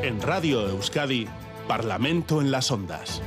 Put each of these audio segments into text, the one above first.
En Radio Euskadi, Parlamento en las Ondas.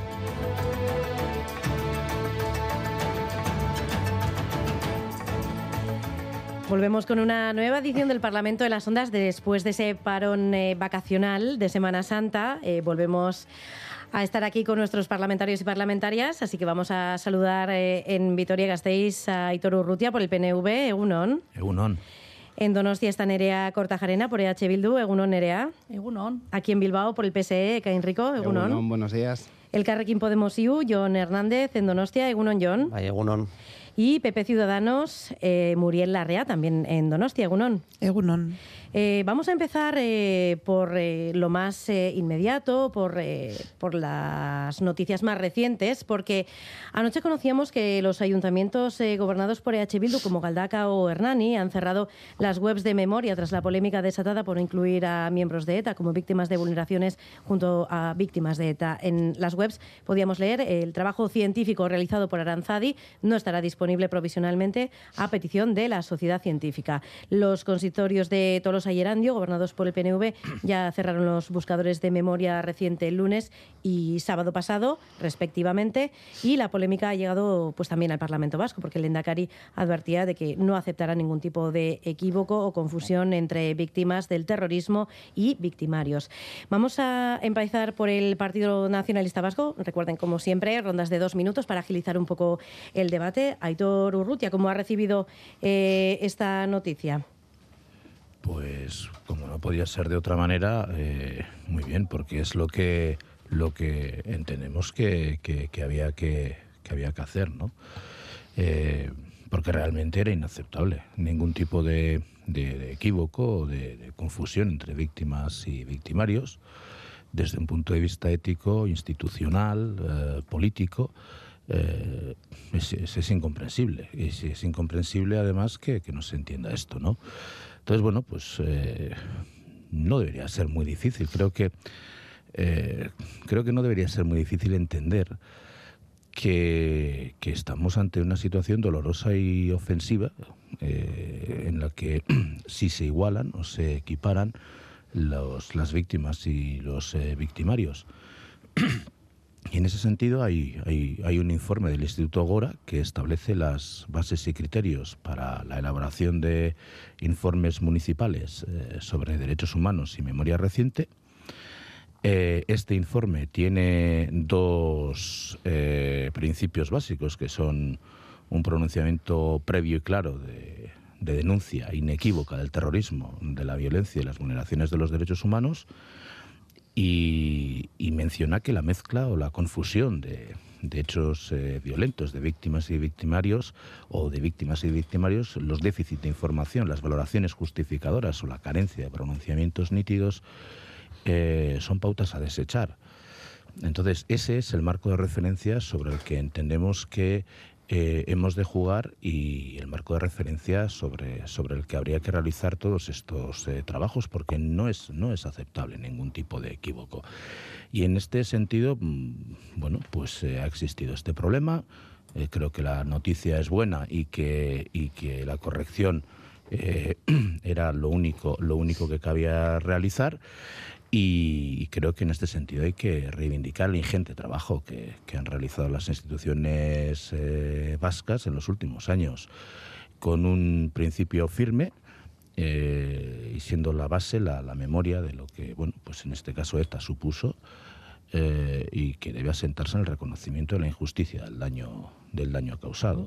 Volvemos con una nueva edición del Parlamento en las Ondas después de ese parón vacacional de Semana Santa. Volvemos a estar aquí con nuestros parlamentarios y parlamentarias, así que vamos a saludar en Vitoria-Gasteiz a Aitor Urrutia por el PNV. Egunon. Egunon. En Donostia está Nerea Kortajarena por EH Bildu. Egunon, Nerea. Egunon. Aquí en Bilbao por el PSE, Ekain Rico. Egunon. Egunon, buenos días. Elkarrekin Podemos IU, Jon Hernández en Donostia. Egunon, Jon. Egunon. Y PP Ciudadanos, Muriel Larrea, también en Donostia. Egunon. Egunon. Vamos a empezar por lo más inmediato, por las noticias más recientes, porque anoche conocíamos que los ayuntamientos gobernados por EH Bildu, como Galdakao o Hernani, han cerrado las webs de memoria tras la polémica desatada por incluir a miembros de ETA como víctimas de vulneraciones junto a víctimas de ETA. En las webs podíamos leer: el trabajo científico realizado por Aranzadi no estará disponible provisionalmente a petición de la sociedad científica. Los consistorios de Tolosa y Erandio, gobernados por el PNV, ya cerraron los buscadores de memoria reciente el lunes y sábado pasado, respectivamente, y la polémica ha llegado pues también al Parlamento Vasco, porque el Lehendakari advertía de que no aceptará ningún tipo de equívoco o confusión entre víctimas del terrorismo y victimarios. Vamos a empezar por el Partido Nacionalista Vasco. Recuerden, como siempre, rondas de 2 minutos para agilizar un poco el debate. Aitor Urrutia, ¿cómo ha recibido esta noticia? Pues como no podía ser de otra manera, muy bien, porque es lo que entendemos que había que hacer, ¿no? Porque realmente era inaceptable ningún tipo de equívoco o de confusión entre víctimas y victimarios desde un punto de vista ético, institucional, político. Es incomprensible, y es incomprensible además que no se entienda esto, ¿no? Entonces, bueno, pues no debería ser muy difícil. Creo que no debería ser muy difícil entender que estamos ante una situación dolorosa y ofensiva en la que si se igualan o se equiparan las víctimas y los victimarios. Y en ese sentido hay un informe del Instituto Gora que establece las bases y criterios para la elaboración de informes municipales sobre derechos humanos y memoria reciente. Este informe tiene 2 principios básicos, que son un pronunciamiento previo y claro de denuncia inequívoca del terrorismo, de la violencia y las vulneraciones de los derechos humanos, y menciona que la mezcla o la confusión de hechos violentos de víctimas y victimarios, o de víctimas y victimarios, los déficits de información, las valoraciones justificadoras o la carencia de pronunciamientos nítidos son pautas a desechar. Entonces, ese es el marco de referencia sobre el que entendemos que hemos de jugar, y el marco de referencia sobre el que habría que realizar todos estos trabajos, porque no es aceptable ningún tipo de equívoco. Y en este sentido, bueno, pues ha existido este problema. Creo que la noticia es buena y que la corrección era lo único que cabía realizar. Y creo que en este sentido hay que reivindicar el ingente trabajo que han realizado las instituciones vascas en los últimos años, con un principio firme y siendo la base la memoria de lo que, bueno, pues en este caso ETA supuso, y que debe asentarse en el reconocimiento de la injusticia del daño causado.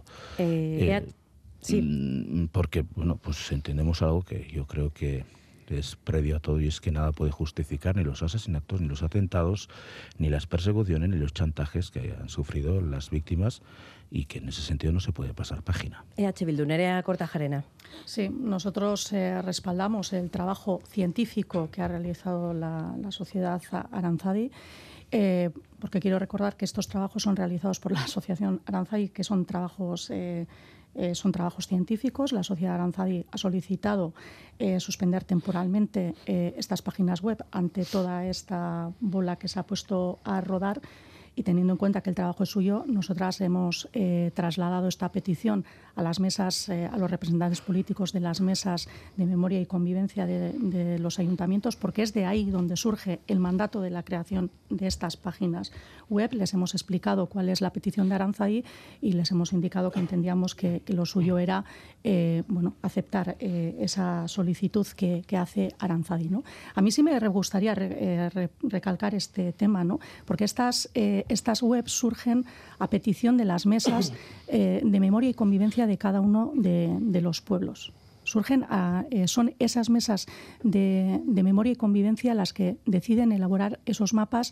Sí. Porque, bueno, pues entendemos algo que yo creo que es previo a todo, y es que nada puede justificar ni los asesinatos, ni los atentados, ni las persecuciones, ni los chantajes que han sufrido las víctimas, y que en ese sentido no se puede pasar página. EH Bildu, Nerea Kortajarena. Sí, nosotros respaldamos el trabajo científico que ha realizado la sociedad Aranzadi, porque quiero recordar que estos trabajos son realizados por la Asociación Aranzadi, que son trabajos científicos. La sociedad Aranzadi ha solicitado suspender temporalmente estas páginas web ante toda esta bola que se ha puesto a rodar, y teniendo en cuenta que el trabajo es suyo, nosotras hemos trasladado esta petición a las mesas, a los representantes políticos de las mesas de memoria y convivencia de los ayuntamientos, porque es de ahí donde surge el mandato de la creación de estas páginas web. Les hemos explicado cuál es la petición de Aranzadi y les hemos indicado que entendíamos que lo suyo era aceptar esa solicitud que hace Aranzadi, ¿no? A mí sí me gustaría recalcar este tema, ¿no? Porque estas webs surgen a petición de las mesas de memoria y convivencia de cada uno de los pueblos. Son esas mesas de memoria y convivencia las que deciden elaborar esos mapas,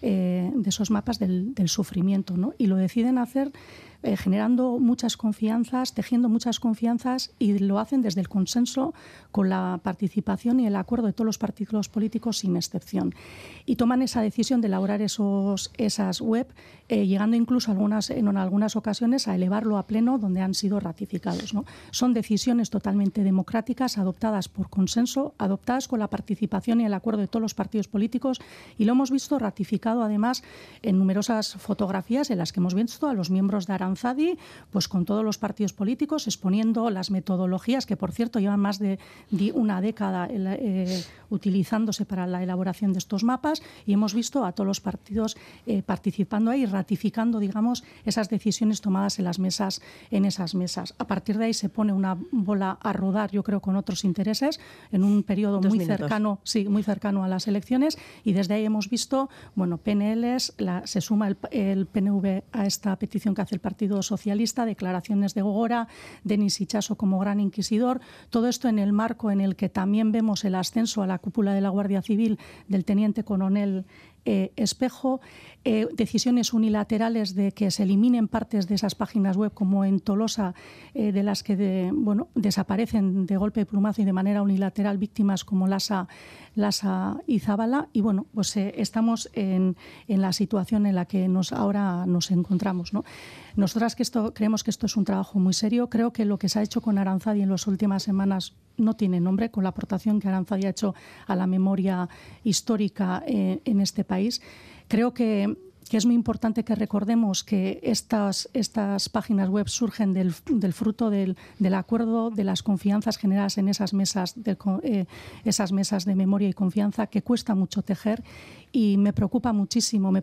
del sufrimiento, ¿no? Y lo deciden hacer generando muchas confianzas, tejiendo muchas confianzas, y lo hacen desde el consenso, con la participación y el acuerdo de todos los partidos políticos sin excepción. Y toman esa decisión de elaborar esas web, llegando incluso en algunas ocasiones a elevarlo a pleno, donde han sido ratificados, ¿no? Son decisiones totalmente democráticas, adoptadas por consenso, adoptadas con la participación y el acuerdo de todos los partidos políticos, y lo hemos visto ratificado además en numerosas fotografías en las que hemos visto a los miembros de Aranzadi, pues con todos los partidos políticos exponiendo las metodologías que, por cierto, llevan más de una década utilizándose para la elaboración de estos mapas, y hemos visto a todos los partidos participando ahí, ratificando, digamos, esas decisiones tomadas en esas mesas. A partir de ahí se pone una bola a rodar, yo creo, con otros intereses, en un periodo muy cercano a las elecciones, y desde ahí hemos visto, PNLs, se suma el PNV a esta petición que hace el Partido Socialista, declaraciones de Gogora, Denis Itxaso como gran inquisidor, todo esto en el marco en el que también vemos el ascenso a la cúpula de la Guardia Civil del teniente coronel Espejo, decisiones unilaterales de que se eliminen partes de esas páginas web, como en Tolosa, de las que desaparecen de golpe de plumazo y de manera unilateral víctimas como Lasa y Zabala, y estamos en la situación en la que ahora nos encontramos, ¿no? Nosotras creemos que esto es un trabajo muy serio. Creo que lo que se ha hecho con Aranzadi en las últimas semanas no tiene nombre, con la aportación que Aranzadi ha hecho a la memoria histórica en este país. Creo que es muy importante que recordemos que estas páginas web surgen del fruto del acuerdo, de las confianzas generadas en esas mesas de memoria y confianza, que cuesta mucho tejer, y me preocupa muchísimo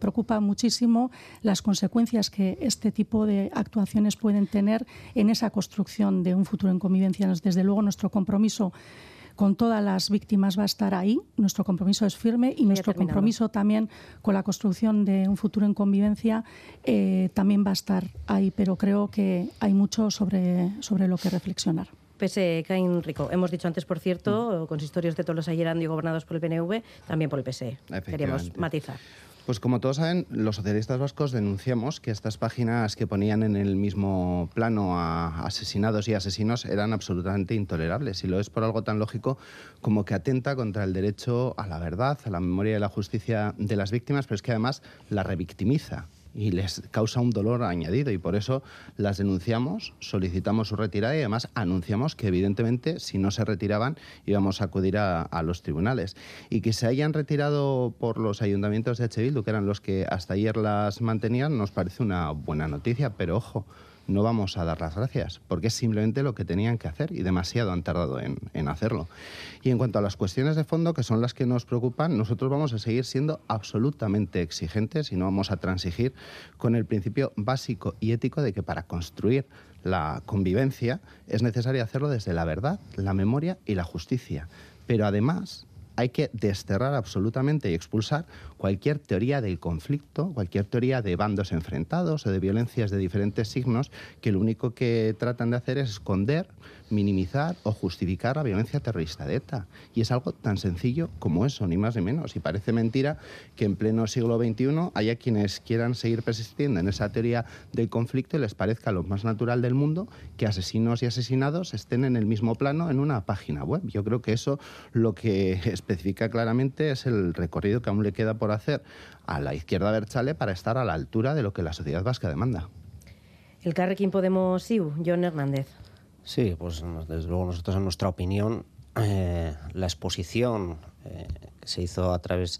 las consecuencias que este tipo de actuaciones pueden tener en esa construcción de un futuro en convivencia. Desde luego, nuestro compromiso con todas las víctimas va a estar ahí, nuestro compromiso es firme, y nuestro compromiso también con la construcción de un futuro en convivencia también va a estar ahí, pero creo que hay mucho sobre lo que reflexionar. PSE, Caín Rico. Hemos dicho antes, por cierto, consistorios de Tolosa y Erandio gobernados por el PNV, también por el PSE. Queríamos matizar. Pues como todos saben, los socialistas vascos denunciamos que estas páginas que ponían en el mismo plano a asesinados y asesinos eran absolutamente intolerables, y lo es por algo tan lógico como que atenta contra el derecho a la verdad, a la memoria y a la justicia de las víctimas, pero es que además la revictimiza y les causa un dolor añadido, y por eso las denunciamos, solicitamos su retirada y además anunciamos que evidentemente si no se retiraban íbamos a acudir a los tribunales. Y que se hayan retirado por los ayuntamientos de H. Bildu, que eran los que hasta ayer las mantenían, nos parece una buena noticia, pero ojo, no vamos a dar las gracias, porque es simplemente lo que tenían que hacer, y demasiado han tardado en hacerlo. Y en cuanto a las cuestiones de fondo, que son las que nos preocupan, nosotros vamos a seguir siendo absolutamente exigentes y no vamos a transigir con el principio básico y ético de que para construir la convivencia es necesario hacerlo desde la verdad, la memoria y la justicia. Pero además hay que desterrar absolutamente y expulsar cualquier teoría del conflicto, cualquier teoría de bandos enfrentados o de violencias de diferentes signos, que lo único que tratan de hacer es esconder, minimizar o justificar la violencia terrorista de ETA. Y es algo tan sencillo como eso, ni más ni menos. Y parece mentira que en pleno siglo XXI haya quienes quieran seguir persistiendo en esa teoría del conflicto y les parezca lo más natural del mundo que asesinos y asesinados estén en el mismo plano en una página web. Yo creo que eso lo que especifica claramente es el recorrido que aún le queda por hacer a la izquierda abertzale para estar a la altura de lo que la sociedad vasca demanda. Elkarrekin Podemos IU, Jon Hernández. Sí, pues desde luego nosotros, en nuestra opinión, la exposición que se hizo a través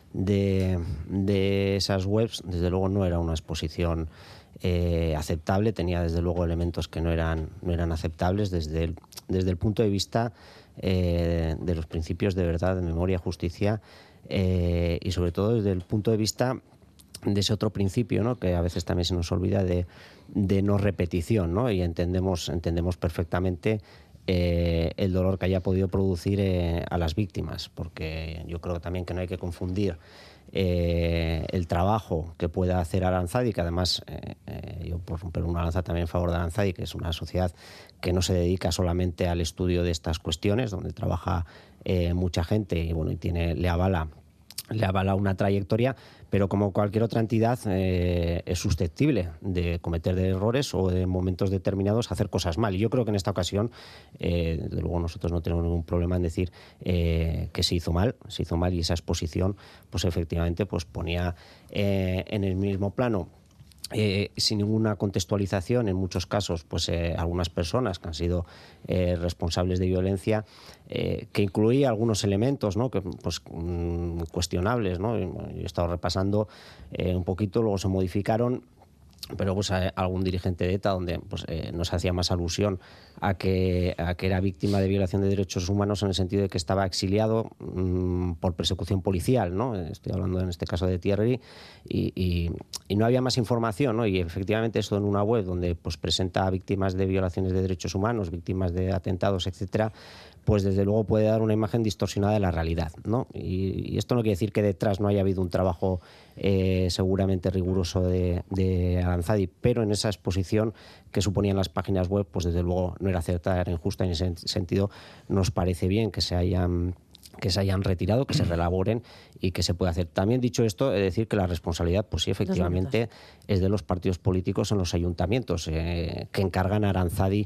de esas webs, desde luego no era una exposición aceptable, tenía desde luego elementos que no eran aceptables desde el punto de vista de los principios de verdad, de memoria, justicia y sobre todo desde el punto de vista de ese otro principio, ¿no?, que a veces también se nos olvida, de no repetición, ¿no? Y entendemos perfectamente el dolor que haya podido producir a las víctimas, porque yo creo también que no hay que confundir el trabajo que pueda hacer Aranzadi, que además yo por romper una lanza también en favor de Aranzadi, que es una sociedad que no se dedica solamente al estudio de estas cuestiones, donde trabaja mucha gente y bueno, le avala una trayectoria, pero como cualquier otra entidad es susceptible de cometer errores o en momentos determinados hacer cosas mal. Y yo creo que en esta ocasión, desde luego nosotros no tenemos ningún problema en decir que se hizo mal y esa exposición pues efectivamente pues ponía en el mismo plano, sin ninguna contextualización, en muchos casos, pues algunas personas que han sido responsables de violencia, que incluía algunos elementos, ¿no?, que pues cuestionables, ¿no? Yo he estado repasando un poquito, luego se modificaron, pero pues algún dirigente de ETA donde pues no se hacía más alusión a que era víctima de violación de derechos humanos, en el sentido de que estaba exiliado por persecución policial, ¿no? Estoy hablando en este caso de Thierry, y no había más información, ¿no? Y efectivamente esto en una web donde pues presenta a víctimas de violaciones de derechos humanos, víctimas de atentados, etcétera, pues desde luego puede dar una imagen distorsionada de la realidad, ¿no? Y esto no quiere decir que detrás no haya habido un trabajo seguramente riguroso de Aranzadi, pero en esa exposición que suponían las páginas web, pues desde luego no era acertada, era injusta, y en ese sentido nos parece bien que se hayan retirado, que se reelaboren y que se pueda hacer. También dicho esto, he de decir que la responsabilidad, pues sí, efectivamente, es de los partidos políticos en los ayuntamientos, que encargan a Aranzadi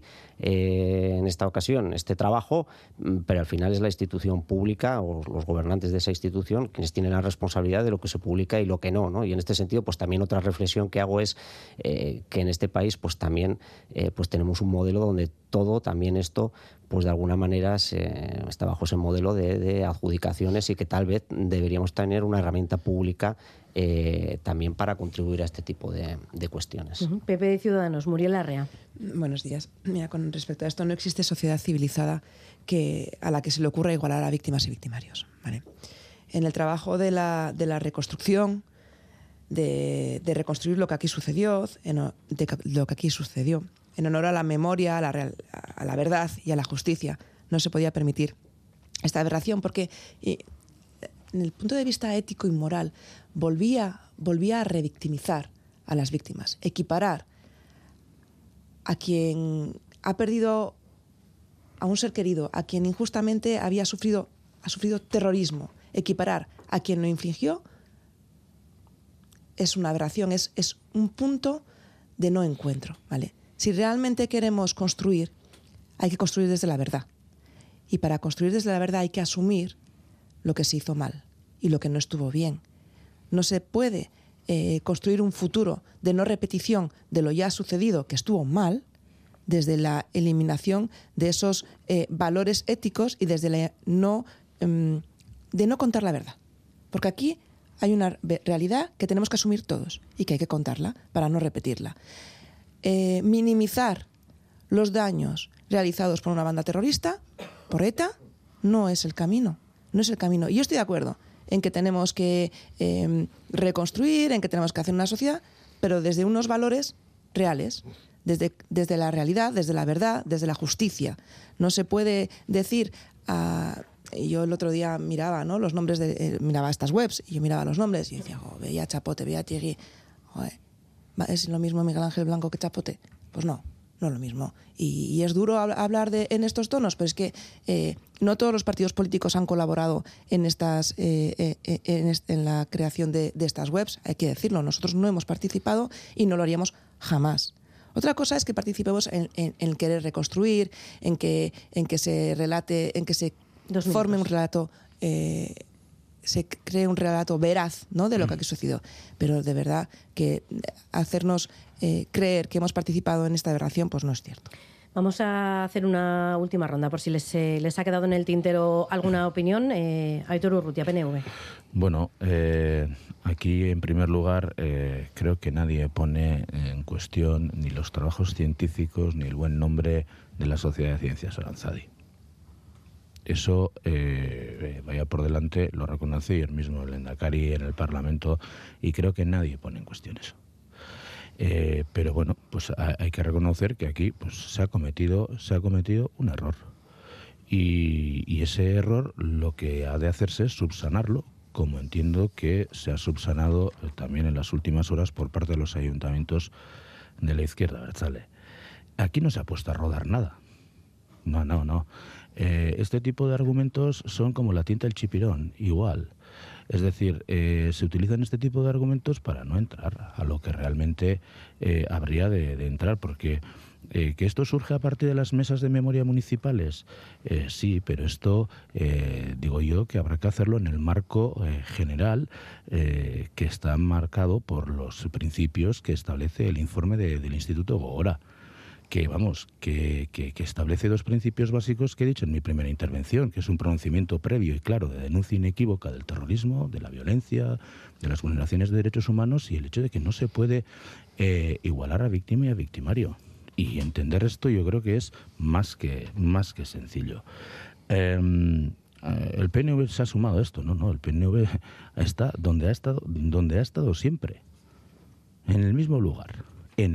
en esta ocasión este trabajo, pero al final es la institución pública o los gobernantes de esa institución quienes tienen la responsabilidad de lo que se publica y lo que no, ¿no? Y en este sentido, pues también otra reflexión que hago es que en este país, pues también pues tenemos un modelo donde todo, también esto, pues de alguna manera está bajo ese modelo de adjudicaciones, y que tal vez deberíamos tener una herramienta pública también para contribuir a este tipo de cuestiones. PP de Ciudadanos, Muriel Larrea. Buenos días. Mira, con respecto a esto, no existe sociedad civilizada a la que se le ocurra igualar a víctimas y victimarios, ¿vale? En el trabajo de la reconstrucción, de reconstruir lo que aquí sucedió, en honor a la memoria, a la verdad y a la justicia, no se podía permitir esta aberración, porque en el punto de vista ético y moral volvía a revictimizar a las víctimas, equiparar a quien ha perdido a un ser querido, a quien injustamente ha sufrido terrorismo, equiparar a quien lo infligió, es una aberración, es un punto de no encuentro, ¿vale? Si realmente queremos construir, hay que construir desde la verdad. Y para construir desde la verdad hay que asumir lo que se hizo mal y lo que no estuvo bien. No se puede construir un futuro de no repetición de lo ya sucedido, que estuvo mal, desde la eliminación de esos valores éticos y desde de no contar la verdad. Porque aquí hay una realidad que tenemos que asumir todos y que hay que contarla para no repetirla. Minimizar los daños realizados por una banda terrorista, por ETA, no es el camino. No es el camino. Y yo estoy de acuerdo en que tenemos que reconstruir, en que tenemos que hacer una sociedad, pero desde unos valores reales, desde la realidad, desde la verdad, desde la justicia. No se puede decir... yo el otro día miraba, ¿no?, los nombres miraba estas webs y yo miraba los nombres y decía, veía Chapote, veía Thierry, ¿es lo mismo Miguel Ángel Blanco que Chapote? Pues no es lo mismo. Y es duro hablar en estos tonos, pero es que no todos los partidos políticos han colaborado en la creación de estas webs, hay que decirlo. Nosotros no hemos participado y no lo haríamos jamás. Otra cosa es que participemos en querer reconstruir, en que se relate, en que se forme un relato, se cree un relato veraz, ¿no?, de lo que aquí sucedió. Pero de verdad que hacernos creer que hemos participado en esta aberración, pues no es cierto. Vamos a hacer una última ronda por si les ha quedado en el tintero alguna opinión. Aitor Urrutia, PNV. Bueno, aquí en primer lugar creo que nadie pone en cuestión ni los trabajos científicos ni el buen nombre de la Sociedad de Ciencias Aranzadi. Eso, vaya por delante, lo reconoce ayer mismo el Lehendakari en el Parlamento y creo que nadie pone en cuestión eso. Pero bueno, pues hay que reconocer que aquí pues, se ha cometido un error. Y ese error lo que ha de hacerse es subsanarlo, como entiendo que se ha subsanado también en las últimas horas por parte de los ayuntamientos de la izquierda abertzale. Aquí no se ha puesto a rodar nada. No. Este tipo de argumentos son como la tinta del chipirón, igual. Es decir, se utilizan este tipo de argumentos para no entrar a lo que realmente habría de entrar, porque que esto surge a partir de las mesas de memoria municipales, sí, pero esto digo yo que habrá que hacerlo en el marco general que está marcado por los principios que establece el informe del Instituto Gogora. Que vamos, que establece dos principios básicos que he dicho en mi primera intervención, que es un pronunciamiento previo y claro de denuncia inequívoca del terrorismo, de la violencia, de las vulneraciones de derechos humanos y el hecho de que no se puede igualar a víctima y a victimario. Y entender esto yo creo que es más que sencillo. El PNV se ha sumado a esto, no, el PNV está donde ha estado siempre, en el mismo lugar.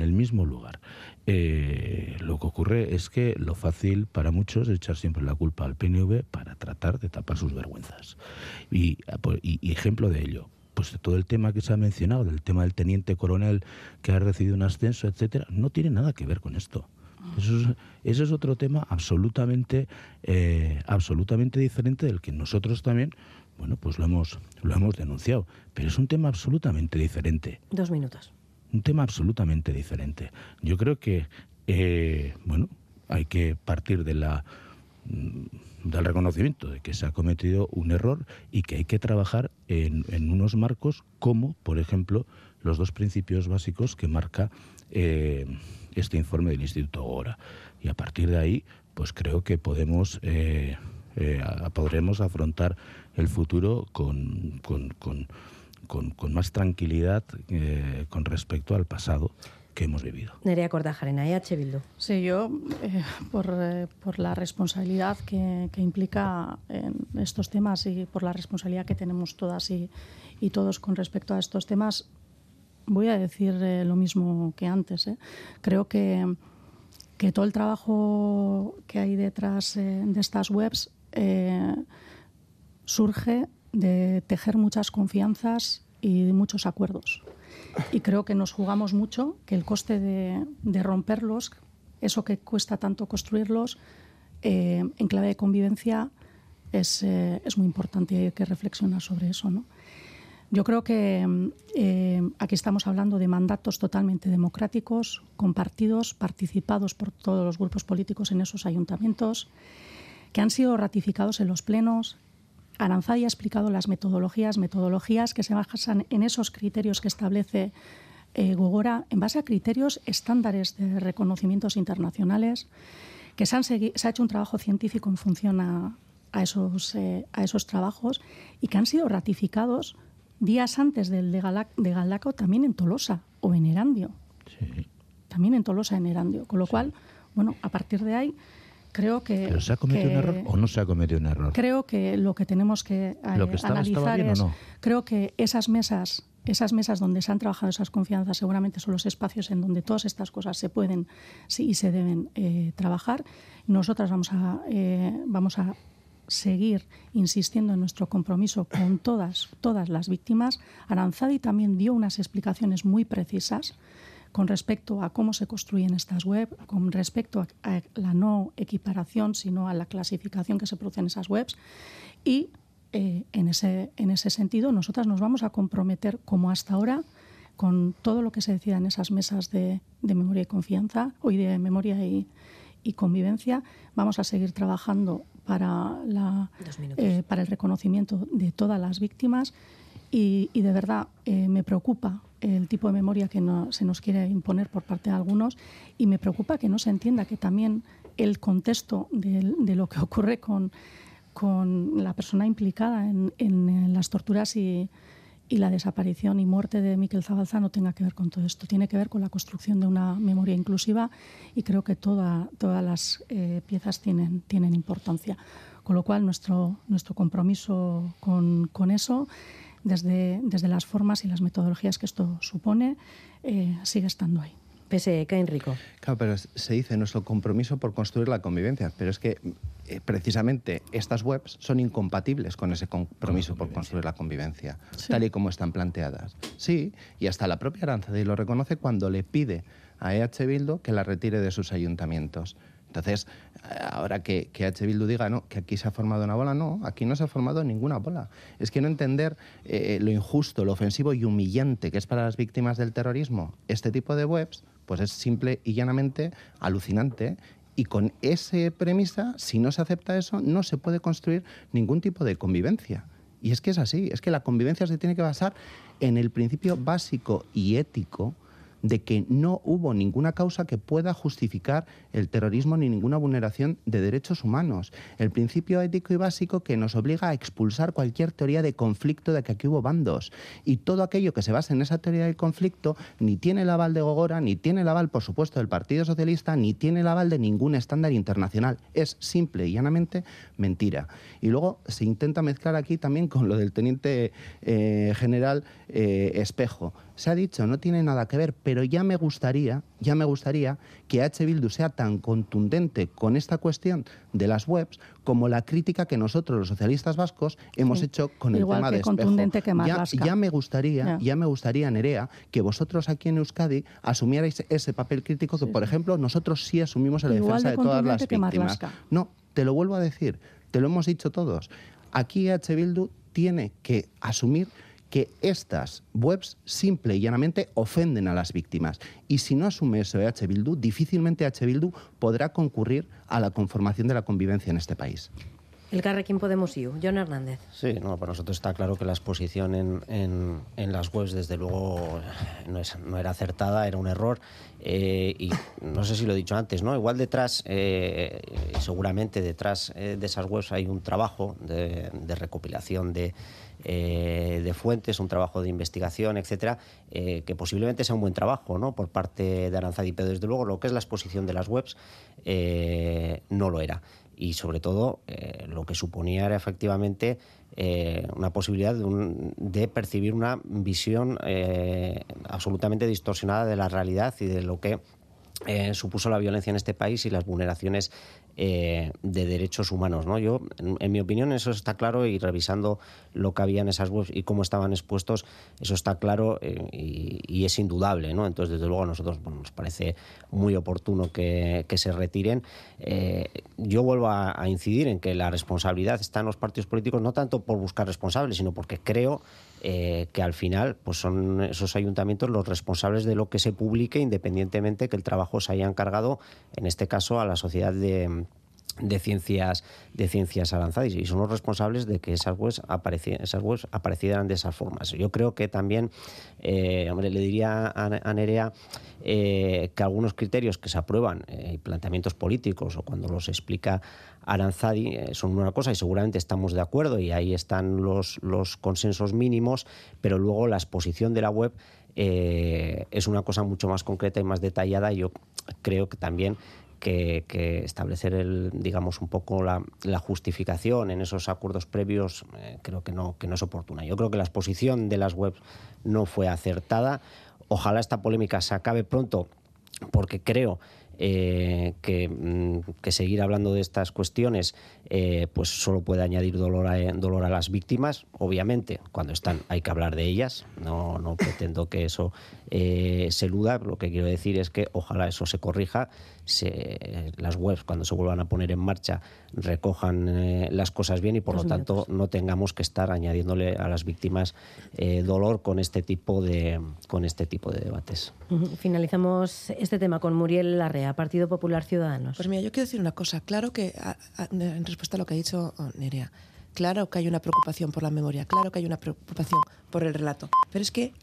Lo que ocurre es que lo fácil para muchos es echar siempre la culpa al PNV para tratar de tapar sus vergüenzas. Y ejemplo de ello, pues todo el tema que se ha mencionado, del tema del teniente coronel que ha recibido un ascenso, etcétera, no tiene nada que ver con esto. Eso es otro tema absolutamente diferente del que nosotros también, bueno, pues lo hemos denunciado. Pero es un tema absolutamente diferente. 2 minutos. Un tema absolutamente diferente. Yo creo que, hay que partir del reconocimiento de que se ha cometido un error y que hay que trabajar en unos marcos como, por ejemplo, los dos principios básicos que marca este informe del Instituto Gogora. Y a partir de ahí, pues creo que podremos afrontar el futuro con más tranquilidad con respecto al pasado que hemos vivido. Nerea Kortajarena, EH Bildu. Sí, yo, por la responsabilidad que implica en estos temas y por la responsabilidad que tenemos todas y todos con respecto a estos temas, voy a decir lo mismo que antes. Creo que todo el trabajo que hay detrás de estas webs surge de tejer muchas confianzas y muchos acuerdos. Y creo que nos jugamos mucho, que el coste de romperlos, eso que cuesta tanto construirlos, en clave de convivencia es muy importante y hay que reflexionar sobre eso, ¿no? Yo creo que aquí estamos hablando de mandatos totalmente democráticos, compartidos, participados por todos los grupos políticos en esos ayuntamientos, que han sido ratificados en los plenos. Aranzadi ha explicado las metodologías que se basan en esos criterios que establece Gogora, en base a criterios estándares de reconocimientos internacionales, que se ha hecho un trabajo científico en función a esos trabajos y que han sido ratificados días antes del de Galdakao también en Tolosa o en Erandio. Sí. También en Tolosa, en Erandio. Con lo cual, bueno, a partir de ahí creo que... ¿Pero se ha cometido un error o no se ha cometido un error? Creo que lo que tenemos que analizar es... ¿No? Creo que esas mesas donde se han trabajado esas confianzas seguramente son los espacios en donde todas estas cosas se pueden y se deben trabajar. Nosotras vamos a seguir insistiendo en nuestro compromiso con todas las víctimas. Aranzadi también dio unas explicaciones muy precisas con respecto a cómo se construyen estas webs, con respecto a la no equiparación, sino a la clasificación que se produce en esas webs. Y en ese sentido, nosotras nos vamos a comprometer, como hasta ahora, con todo lo que se decida en esas mesas de memoria y confianza, hoy de memoria y convivencia. Vamos a seguir trabajando para el reconocimiento de todas las víctimas y de verdad me preocupa el tipo de memoria que se nos quiere imponer por parte de algunos, y me preocupa que no se entienda que también el contexto de lo que ocurre con la persona implicada en las torturas y la desaparición y muerte de Miquel Zabalza no tenga que ver con todo esto. Tiene que ver con la construcción de una memoria inclusiva, y creo que todas las piezas tienen importancia. Con lo cual, nuestro compromiso con eso, desde las formas y las metodologías que esto supone, sigue estando ahí. PSE, Enrico. Claro, pero se dice nuestro compromiso por construir la convivencia, pero es que precisamente estas webs son incompatibles con ese compromiso por construir la convivencia, tal y como están planteadas. Sí, y hasta la propia Aranzadi lo reconoce cuando le pide a EH Bildu que la retire de sus ayuntamientos. Entonces, ahora que EH Bildu diga no, que aquí se ha formado una bola, no, aquí no se ha formado ninguna bola. Es que no entender lo injusto, lo ofensivo y humillante que es para las víctimas del terrorismo este tipo de webs, pues es simple y llanamente alucinante. Y con esa premisa, si no se acepta eso, no se puede construir ningún tipo de convivencia. Y es que es así, es que la convivencia se tiene que basar en el principio básico y ético de que no hubo ninguna causa que pueda justificar el terrorismo ni ninguna vulneración de derechos humanos. El principio ético y básico que nos obliga a expulsar cualquier teoría de conflicto de que aquí hubo bandos. Y todo aquello que se basa en esa teoría del conflicto ni tiene el aval de Gogora, ni tiene el aval, por supuesto, del Partido Socialista, ni tiene el aval de ningún estándar internacional. Es simple y llanamente mentira. Y luego se intenta mezclar aquí también con lo del teniente general Espejo. Se ha dicho, no tiene nada que ver, pero ya me gustaría que EH Bildu sea tan contundente con esta cuestión de las webs como la crítica que nosotros, los socialistas vascos, hemos hecho con el tema de Espejo. Ya me gustaría, Nerea, que vosotros aquí en Euskadi asumierais ese papel crítico que, por ejemplo, nosotros sí asumimos en la defensa de todas las víctimas. No, te lo vuelvo a decir, te lo hemos dicho todos. Aquí EH Bildu tiene que asumir que estas webs simple y llanamente ofenden a las víctimas. Y si no asume eso EH Bildu, difícilmente EH Bildu podrá concurrir a la conformación de la convivencia en este país. Elkarrekin Podemos IU, Jon Hernández. Sí, no, para nosotros está claro que la exposición en las webs, desde luego, no era acertada, era un error. Y no sé si lo he dicho antes, ¿no? Igual detrás, seguramente detrás de esas webs hay un trabajo de recopilación de fuentes, un trabajo de investigación, etcétera, que posiblemente sea un buen trabajo, ¿no?, por parte de Aranzadi, pero desde luego lo que es la exposición de las webs no lo era. Y sobre todo lo que suponía era efectivamente una posibilidad de percibir una visión absolutamente distorsionada de la realidad y de lo que supuso la violencia en este país y las vulneraciones de derechos humanos, ¿no? Yo, en mi opinión, eso está claro, y revisando lo que había en esas webs y cómo estaban expuestos, eso está claro y es indudable, ¿no? Entonces, desde luego, a nosotros nos parece muy oportuno que se retiren. Yo vuelvo a incidir en que la responsabilidad está en los partidos políticos, no tanto por buscar responsables, sino porque creo que al final pues son esos ayuntamientos los responsables de lo que se publique, independientemente que el trabajo se haya encargado, en este caso, a la Sociedad de Ciencias Aranzadi, y son los responsables de que esas webs aparecieran de esas formas. Yo creo que también, le diría a Nerea que algunos criterios que se aprueban, planteamientos políticos, o cuando los explica Aranzadi, son una cosa y seguramente estamos de acuerdo y ahí están los consensos mínimos, pero luego la exposición de la web es una cosa mucho más concreta y más detallada, y yo creo que también que establecer digamos un poco la justificación en esos acuerdos previos creo que no es oportuna. Yo creo que la exposición de las webs no fue acertada. Ojalá esta polémica se acabe pronto, porque creo que seguir hablando de estas cuestiones pues solo puede añadir dolor a las víctimas. Obviamente, cuando están hay que hablar de ellas, no pretendo que eso se eluda. Lo que quiero decir es que ojalá eso se corrija, las webs, cuando se vuelvan a poner en marcha, recojan las cosas bien, y por lo tanto no tengamos que estar añadiéndole a las víctimas dolor con este tipo de debates. Finalizamos este tema con Muriel Larrea, Partido Popular Ciudadanos. Pues mira, yo quiero decir una cosa. Claro que, en respuesta a lo que ha dicho Nerea, claro que hay una preocupación por la memoria, claro que hay una preocupación por el relato, pero es que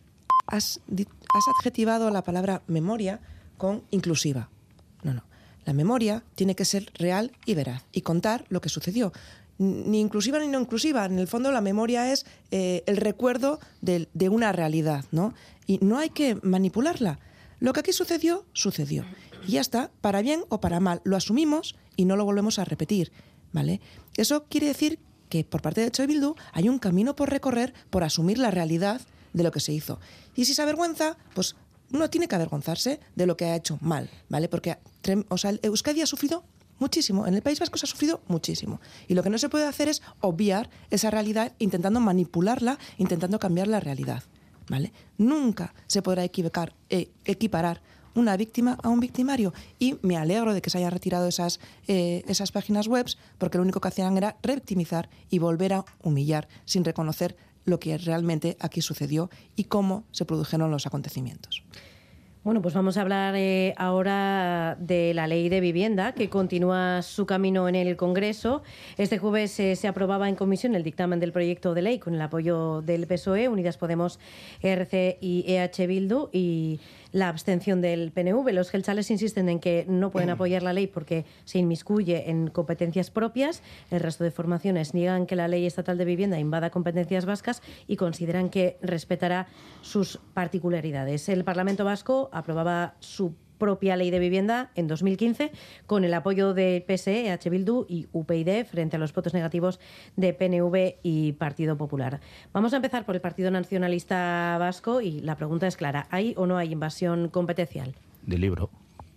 has adjetivado la palabra memoria con inclusiva. No. La memoria tiene que ser real y veraz y contar lo que sucedió. Ni inclusiva ni no inclusiva. En el fondo la memoria es el recuerdo de una realidad, ¿no? Y no hay que manipularla. Lo que aquí sucedió, sucedió. Y ya está, para bien o para mal. Lo asumimos y no lo volvemos a repetir, ¿vale? Eso quiere decir que por parte de EH Bildu hay un camino por recorrer por asumir la realidad de lo que se hizo. Y si se avergüenza, pues uno tiene que avergonzarse de lo que ha hecho mal, ¿vale? Porque Euskadi ha sufrido muchísimo, en el País Vasco se ha sufrido muchísimo. Y lo que no se puede hacer es obviar esa realidad intentando manipularla, intentando cambiar la realidad, ¿vale? Nunca se podrá equiparar una víctima a un victimario. Y me alegro de que se hayan retirado esas páginas web, porque lo único que hacían era revictimizar y volver a humillar sin reconocer lo que realmente aquí sucedió y cómo se produjeron los acontecimientos. Bueno, pues vamos a hablar ahora de la Ley de Vivienda, que continúa su camino en el Congreso. Este jueves se aprobaba en comisión el dictamen del proyecto de ley con el apoyo del PSOE, Unidas Podemos, ERC y EH Bildu, y la abstención del PNV. Los jeltzales insisten en que no pueden apoyar la ley porque se inmiscuye en competencias propias. El resto de formaciones niegan que la Ley Estatal de Vivienda invada competencias vascas y consideran que respetará sus particularidades. El Parlamento Vasco aprobaba su propia Ley de Vivienda en 2015 con el apoyo de PSE, EH Bildu y UPyD frente a los votos negativos de PNV y Partido Popular. Vamos a empezar por el Partido Nacionalista Vasco y la pregunta es clara. ¿Hay o no hay invasión competencial? De libro.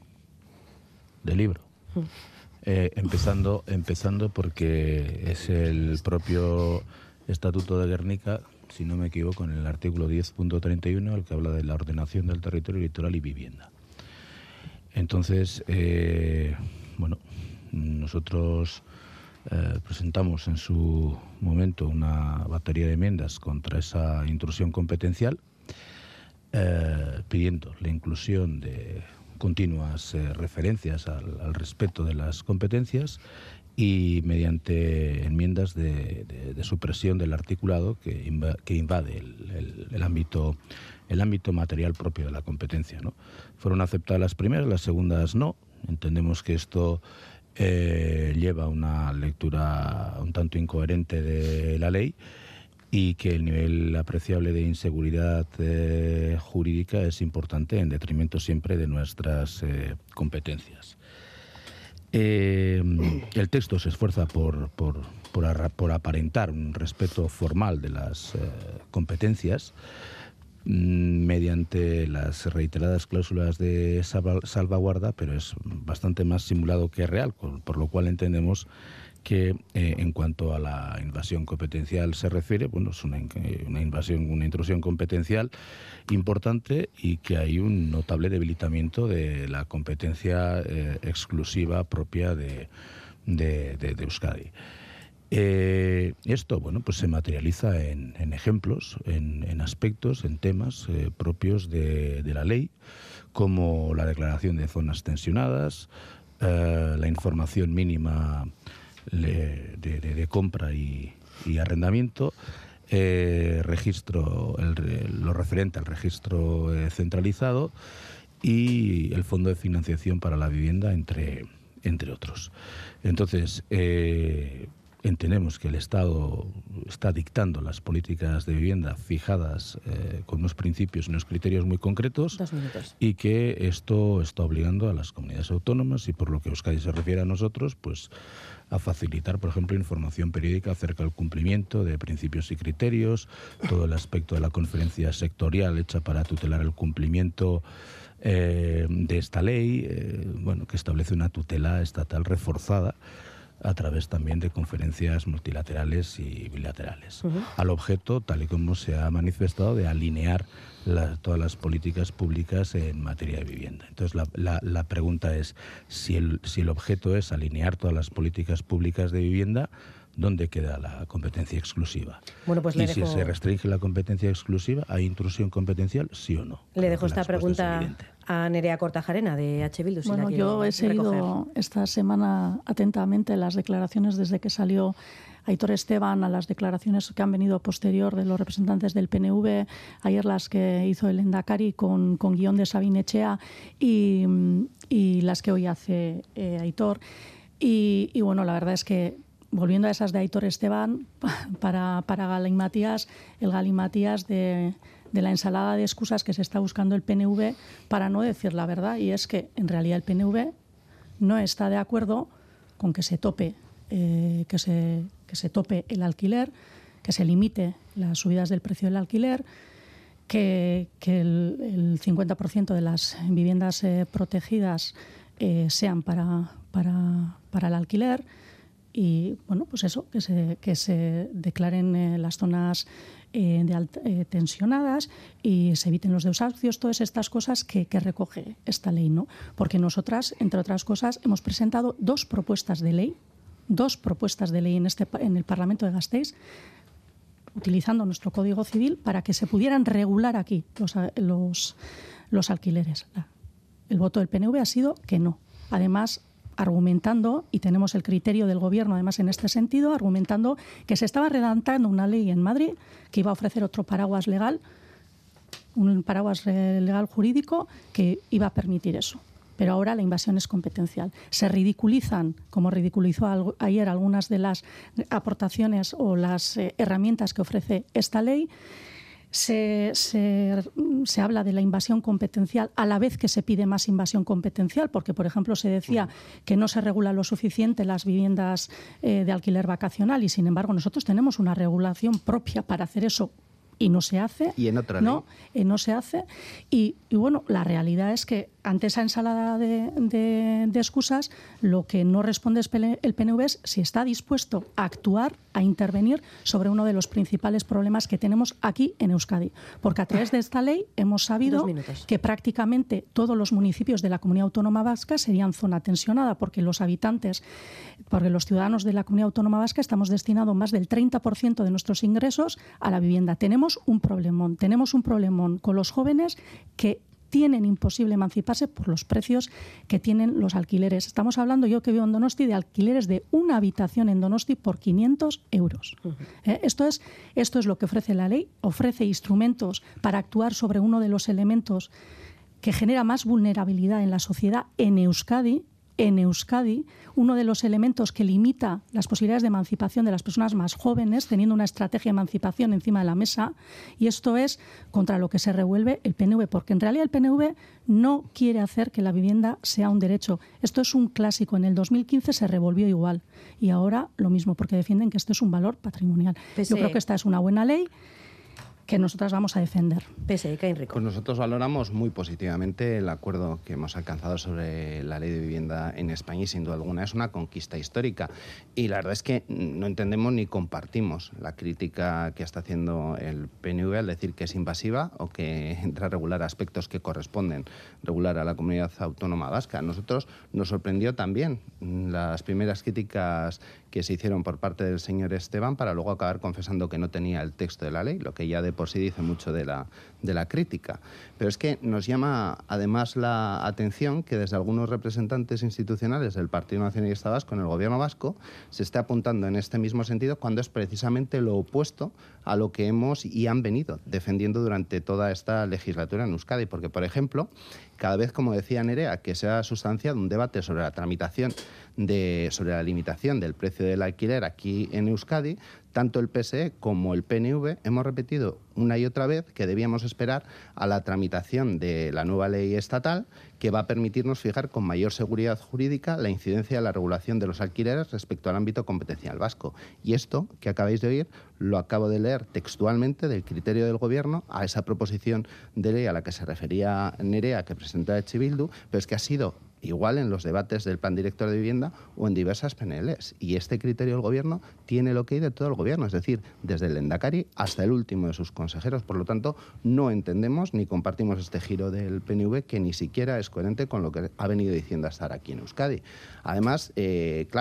Empezando porque es el propio Estatuto de Gernika, si no me equivoco, en el artículo 10.31, el que habla de la ordenación del territorio litoral y vivienda. Entonces, nosotros presentamos en su momento una batería de enmiendas contra esa intrusión competencial, pidiendo la inclusión de continuas referencias al respeto de las competencias y mediante enmiendas de supresión del articulado que invade el ámbito material propio de la competencia, ¿no? Fueron aceptadas las primeras, las segundas no. Entendemos que esto lleva una lectura un tanto incoherente de la ley y que el nivel apreciable de inseguridad jurídica es importante en detrimento siempre de nuestras competencias. El texto se esfuerza por aparentar un respeto formal de las competencias mediante las reiteradas cláusulas de salvaguarda, pero es bastante más simulado que real, por lo cual entendemos que en cuanto a la invasión competencial se refiere, bueno, es una intrusión competencial importante y que hay un notable debilitamiento de la competencia exclusiva propia de Euskadi. Esto, bueno, pues se materializa en ejemplos, en aspectos, en temas propios de la ley, como la declaración de zonas tensionadas, la información mínima de compra y arrendamiento, lo referente al registro centralizado y el Fondo de Financiación para la Vivienda, entre otros. Entonces, entendemos que el Estado está dictando las políticas de vivienda fijadas con unos principios y unos criterios muy concretos. 2 minutos. Y que esto está obligando a las comunidades autónomas y, por lo que Euskadi se refiere a nosotros, pues a facilitar, por ejemplo, información periódica acerca del cumplimiento de principios y criterios, todo el aspecto de la conferencia sectorial hecha para tutelar el cumplimiento de esta ley, que establece una tutela estatal reforzada a través también de conferencias multilaterales y bilaterales, al objeto, tal y como se ha manifestado, de alinear todas las políticas públicas en materia de vivienda. Entonces, la pregunta es, si el objeto es alinear todas las políticas públicas de vivienda, ¿dónde queda la competencia exclusiva? Bueno, pues si se restringe la competencia exclusiva, ¿hay intrusión competencial, sí o no? Le dejo esta pregunta a Nerea Kortajarena de H. Bildu. Si bueno, yo he seguido esta semana atentamente las declaraciones desde que salió Aitor Esteban a las declaraciones que han venido posterior de los representantes del PNV, ayer las que hizo el Lehendakari con guión de Sabine Echea y las que hoy hace Aitor. Y bueno, la verdad es que, volviendo a esas de Aitor Esteban, para Galimatías, el Galimatías de la ensalada de excusas que se está buscando el PNV para no decir la verdad, y es que en realidad el PNV no está de acuerdo con que se tope que se tope el alquiler, que se limite las subidas del precio del alquiler, que el 50% de las viviendas protegidas sean para el alquiler y, bueno, pues eso, que se declaren las zonas tensionadas y se eviten los desahucios, todas estas cosas que recoge esta ley, ¿no? Porque nosotras, entre otras cosas, hemos presentado dos propuestas de ley en el Parlamento de Gasteiz, utilizando nuestro Código Civil para que se pudieran regular aquí los alquileres. El voto del PNV ha sido que no. Además, argumentando, y tenemos el criterio del Gobierno además en este sentido, argumentando que se estaba redactando una ley en Madrid que iba a ofrecer otro paraguas legal, un paraguas legal jurídico que iba a permitir eso. Pero ahora la invasión es competencial. Se ridiculizan, como ridiculizó ayer algunas de las aportaciones o las herramientas que ofrece esta ley. Se habla de la invasión competencial a la vez que se pide más invasión competencial, porque, por ejemplo, se decía que no se regula lo suficiente las viviendas de alquiler vacacional y, sin embargo, nosotros tenemos una regulación propia para hacer eso. Y no se hace. Y en otra ley. No se hace. Y bueno, la realidad es que ante esa ensalada de excusas, lo que no responde el PNV es si está dispuesto a actuar, a intervenir sobre uno de los principales problemas que tenemos aquí en Euskadi. Porque a través de esta ley hemos sabido que prácticamente todos los municipios de la Comunidad Autónoma Vasca serían zona tensionada, porque los ciudadanos de la Comunidad Autónoma Vasca estamos destinados más del 30% de nuestros ingresos a la vivienda. Tenemos un problemón con los jóvenes que tienen imposible emanciparse por los precios que tienen los alquileres. Estamos hablando, yo que vivo en Donosti, de alquileres de una habitación en Donosti por 500 euros. Esto es lo que ofrece la ley, ofrece instrumentos para actuar sobre uno de los elementos que genera más vulnerabilidad en la sociedad en Euskadi, uno de los elementos que limita las posibilidades de emancipación de las personas más jóvenes, teniendo una estrategia de emancipación encima de la mesa, y esto es contra lo que se revuelve el PNV, porque en realidad el PNV no quiere hacer que la vivienda sea un derecho. Esto es un clásico. En el 2015 se revolvió igual y ahora lo mismo, porque defienden que esto es un valor patrimonial. Yo creo que esta es una buena ley que nosotras vamos a defender. Pues nosotros valoramos muy positivamente el acuerdo que hemos alcanzado sobre la ley de vivienda en España y, sin duda alguna, es una conquista histórica. Y la verdad es que no entendemos ni compartimos la crítica que está haciendo el PNV al decir que es invasiva o que entra a regular aspectos que corresponden regular a la comunidad autónoma vasca. A nosotros nos sorprendió también las primeras críticas que se hicieron por parte del señor Esteban para luego acabar confesando que no tenía el texto de la ley, lo que ya de por sí dice mucho de la crítica. Pero es que nos llama además la atención que desde algunos representantes institucionales del Partido Nacionalista Vasco en el Gobierno vasco se esté apuntando en este mismo sentido cuando es precisamente lo opuesto a lo que hemos y han venido defendiendo durante toda esta legislatura en Euskadi. Porque, por ejemplo, cada vez, como decía Nerea, que se ha sustanciado un debate sobre la tramitación sobre la limitación del precio del alquiler aquí en Euskadi, tanto el PSE como el PNV hemos repetido una y otra vez que debíamos esperar a la tramitación de la nueva ley estatal que va a permitirnos fijar con mayor seguridad jurídica la incidencia de la regulación de los alquileres respecto al ámbito competencial vasco. Y esto que acabáis de oír lo acabo de leer textualmente del criterio del Gobierno a esa proposición de ley a la que se refería Nerea, que presentó H. Bildu, pero es que ha sido igual en los debates del Plan Director de Vivienda o en diversas PNLs. Y este criterio del Gobierno tiene el okey de todo el Gobierno, es decir, desde el Lehendakari hasta el último de sus consejeros. Por lo tanto, no entendemos ni compartimos este giro del PNV, que ni siquiera es coherente con lo que ha venido diciendo hasta ahora aquí en Euskadi. Además, claro,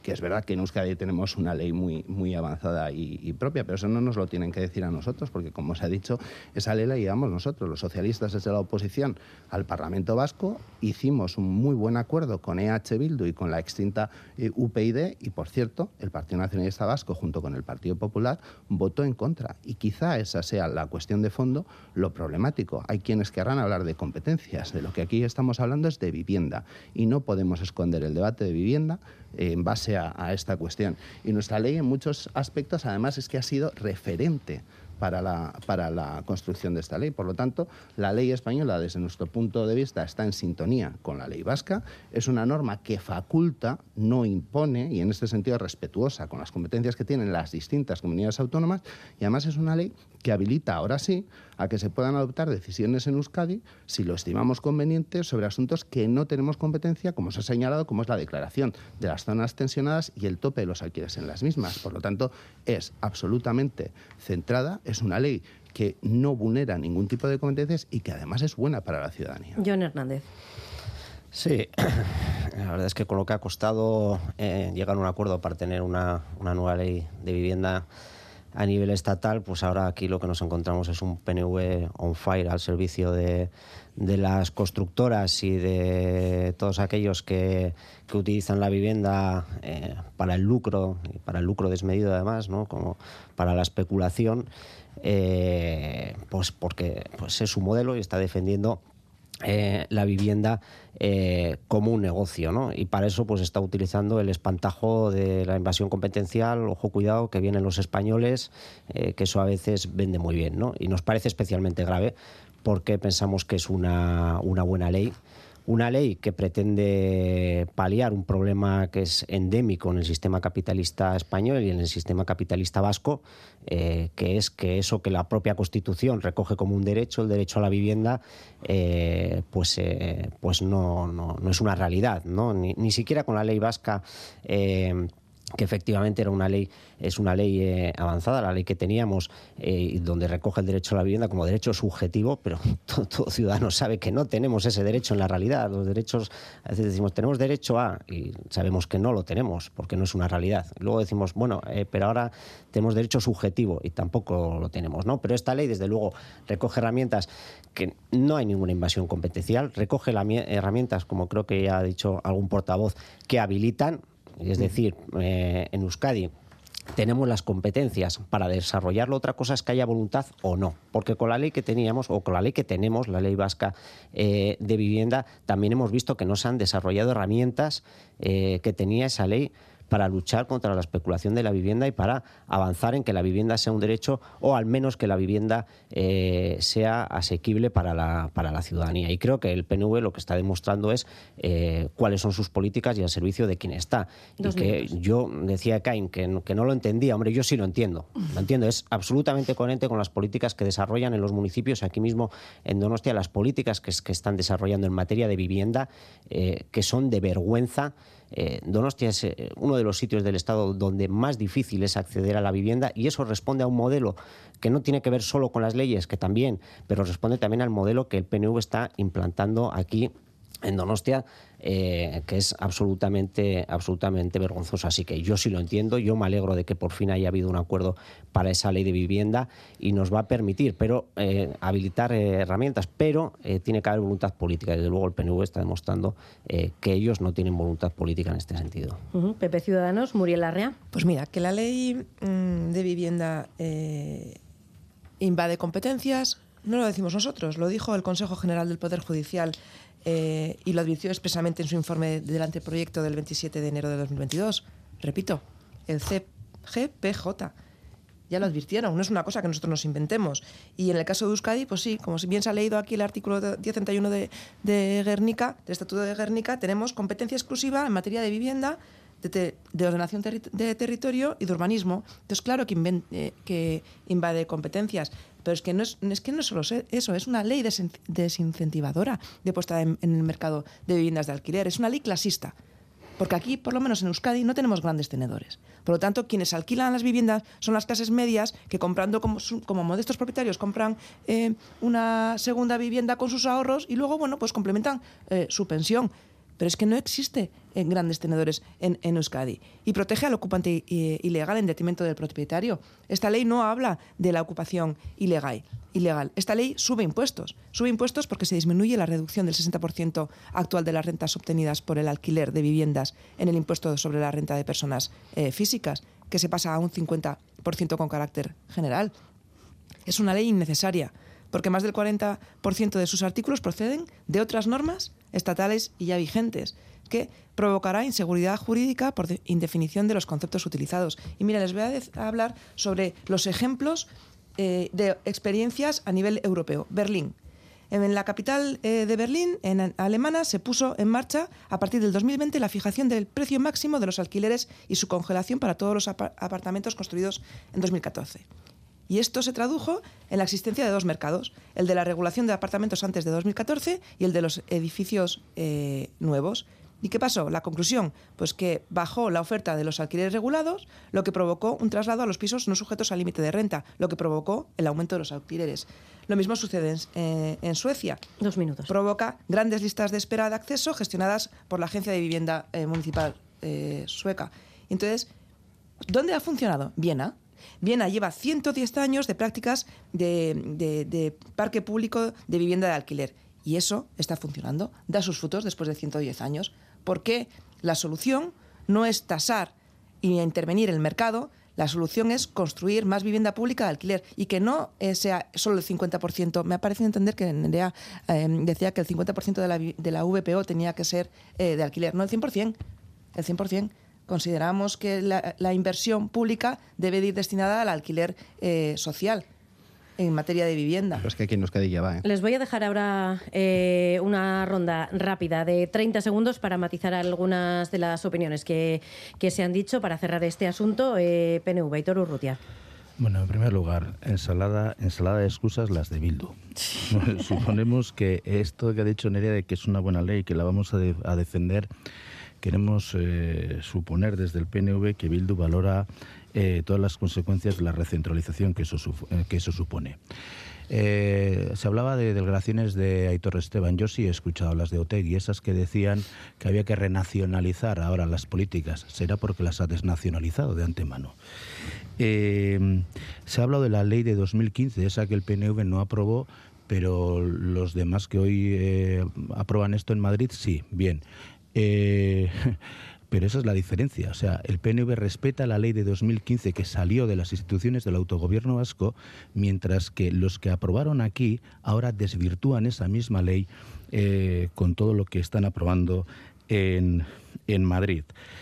que es verdad que en Euskadi tenemos una ley muy avanzada y propia, pero eso no nos lo tienen que decir a nosotros, porque como se ha dicho, esa ley la llevamos nosotros, los socialistas desde la oposición al Parlamento Vasco, hicimos un muy buen acuerdo con EH Bildu y con la extinta UPyD, y por cierto, el Partido Nacionalista Vasco junto con el Partido Popular votó en contra, y quizá esa sea la cuestión de fondo, lo problemático. Hay quienes querrán hablar de competencias, de lo que aquí estamos hablando es de vivienda, y no podemos esconder el debate de vivienda en base a esta cuestión. Y nuestra ley en muchos aspectos además es que ha sido referente para la construcción de esta ley. Por lo tanto, la ley española, desde nuestro punto de vista, está en sintonía con la ley vasca. Es una norma que faculta, no impone, y en este sentido es respetuosa con las competencias que tienen las distintas comunidades autónomas, y además es una ley que habilita, ahora sí, a que se puedan adoptar decisiones en Euskadi, si lo estimamos conveniente, sobre asuntos que no tenemos competencia, como se ha señalado, como es la declaración de las zonas tensionadas y el tope de los alquileres en las mismas. Por lo tanto, es absolutamente centrada, es una ley que no vulnera ningún tipo de competencias y que además es buena para la ciudadanía. Jon Hernández. Sí, la verdad es que con lo que ha costado llegar a un acuerdo para tener una nueva ley de vivienda a nivel estatal, pues ahora aquí lo que nos encontramos es un PNV on fire al servicio de las constructoras y de todos aquellos que utilizan la vivienda para el lucro, y para el lucro desmedido además, ¿no? Como para la especulación, pues porque pues es su modelo y está defendiendo la vivienda como un negocio, ¿no? Y para eso pues está utilizando el espantajo de la invasión competencial, ojo cuidado, que vienen los españoles, que eso a veces vende muy bien, ¿no? Y nos parece especialmente grave porque pensamos que es una buena ley. Una ley que pretende paliar un problema que es endémico en el sistema capitalista español y en el sistema capitalista vasco, que es que eso que la propia Constitución recoge como un derecho, el derecho a la vivienda, pues no es una realidad, ¿no? Ni siquiera con la ley vasca, que efectivamente es una ley avanzada, la ley que teníamos, donde recoge el derecho a la vivienda como derecho subjetivo, pero todo ciudadano sabe que no tenemos ese derecho en la realidad. Los derechos, a veces decimos, tenemos derecho a, y sabemos que no lo tenemos, porque no es una realidad. Luego decimos, bueno, pero ahora tenemos derecho subjetivo, y tampoco lo tenemos, ¿no? Pero esta ley, desde luego, recoge herramientas que no hay ninguna invasión competencial, recoge herramientas, como creo que ya ha dicho algún portavoz, que habilitan. Es decir, en Euskadi tenemos las competencias para desarrollarlo. Otra cosa es que haya voluntad o no, porque con la ley que teníamos o con la ley que tenemos, la ley vasca de vivienda, también hemos visto que no se han desarrollado herramientas que tenía esa ley para luchar contra la especulación de la vivienda y para avanzar en que la vivienda sea un derecho, o al menos que la vivienda sea asequible para la ciudadanía. Y creo que el PNV lo que está demostrando es cuáles son sus políticas y al servicio de quién está. Yo decía Caín que no lo entendía. Hombre, yo sí lo entiendo. Lo entiendo. Es absolutamente coherente con las políticas que desarrollan en los municipios. Aquí mismo en Donostia, las políticas que están desarrollando en materia de vivienda, que son de vergüenza. Donostia es uno de los sitios del Estado donde más difícil es acceder a la vivienda, y eso responde a un modelo que no tiene que ver solo con las leyes, que también, pero responde también al modelo que el PNV está implantando aquí en Donostia, que es absolutamente vergonzoso. Así que yo sí lo entiendo, yo me alegro de que por fin haya habido un acuerdo para esa ley de vivienda y nos va a permitir habilitar herramientas, pero tiene que haber voluntad política. Desde luego el PNV está demostrando que ellos no tienen voluntad política en este sentido. PP Ciudadanos, Muriel Larrea. Pues mira, que la ley de vivienda invade competencias no lo decimos nosotros, lo dijo el Consejo General del Poder Judicial y lo advirtió expresamente en su informe del anteproyecto del 27 de enero de 2022. Repito, el CGPJ. Ya lo advirtieron, no es una cosa que nosotros nos inventemos. Y en el caso de Euskadi, pues sí, como bien se ha leído aquí el artículo 1031 de Gernika, del Estatuto de Gernika, tenemos competencia exclusiva en materia de vivienda, de ordenación de territorio y de urbanismo. Entonces, claro que invade competencias, pero es que no es solo eso, es una ley desincentivadora de puesta en el mercado de viviendas de alquiler, es una ley clasista. Porque aquí, por lo menos en Euskadi, no tenemos grandes tenedores. Por lo tanto, quienes alquilan las viviendas son las clases medias que, comprando como modestos propietarios, compran una segunda vivienda con sus ahorros y luego, bueno, pues complementan su pensión. pero es que no existe en grandes tenedores en Euskadi y protege al ocupante ilegal en detrimento del propietario. Esta ley no habla de la ocupación ilegal. Esta ley sube impuestos porque se disminuye la reducción del 60% actual de las rentas obtenidas por el alquiler de viviendas en el impuesto sobre la renta de personas físicas, que se pasa a un 50% con carácter general. Es una ley innecesaria, porque más del 40% de sus artículos proceden de otras normas estatales y ya vigentes, que provocará inseguridad jurídica por indefinición de los conceptos utilizados. Y mira, les voy a hablar sobre los ejemplos de experiencias a nivel europeo. Berlín. En la capital de Berlín, en alemana, se puso en marcha a partir del 2020 la fijación del precio máximo de los alquileres y su congelación para todos los apartamentos construidos en 2014. Y esto se tradujo en la existencia de dos mercados, el de la regulación de apartamentos antes de 2014 y el de los edificios nuevos. ¿Y qué pasó? La conclusión, pues que bajó la oferta de los alquileres regulados, lo que provocó un traslado a los pisos no sujetos al límite de renta, lo que provocó el aumento de los alquileres. Lo mismo sucede en Suecia. 2 minutos. Provoca grandes listas de espera de acceso gestionadas por la Agencia de Vivienda Municipal sueca. Entonces, ¿dónde ha funcionado? Viena. Viena lleva 110 años de prácticas de parque público de vivienda de alquiler. Y eso está funcionando, da sus frutos después de 110 años. Porque la solución no es tasar y intervenir en el mercado, la solución es construir más vivienda pública de alquiler y que no sea solo el 50%. Me ha parecido entender que Nerea decía que el 50% de la VPO tenía que ser de alquiler, no el 100%. El 100%. Consideramos que la inversión pública debe de ir destinada al alquiler social en materia de vivienda. Pero es que aquí en Euskadi ya va, ¿eh? Les voy a dejar ahora una ronda rápida de 30 segundos para matizar algunas de las opiniones que se han dicho para cerrar este asunto. PNV, Aitor Urrutia. Bueno, en primer lugar, ensalada de excusas las de Bildu. Suponemos que esto que ha dicho Nerea de que es una buena ley, que la vamos a defender, queremos suponer desde el PNV que Bildu valora todas las consecuencias de la recentralización que eso supone. Se hablaba de declaraciones de Aitor Esteban. Yo sí he escuchado las de Otegi, esas que decían que había que renacionalizar ahora las políticas. Será porque las ha desnacionalizado de antemano. Se ha hablado de la ley de 2015, esa que el PNV no aprobó, pero los demás que hoy aprueban esto en Madrid, sí, bien. Pero esa es la diferencia. O sea, el PNV respeta la ley de 2015 que salió de las instituciones del autogobierno vasco, mientras que los que aprobaron aquí ahora desvirtúan esa misma ley con todo lo que están aprobando en Madrid.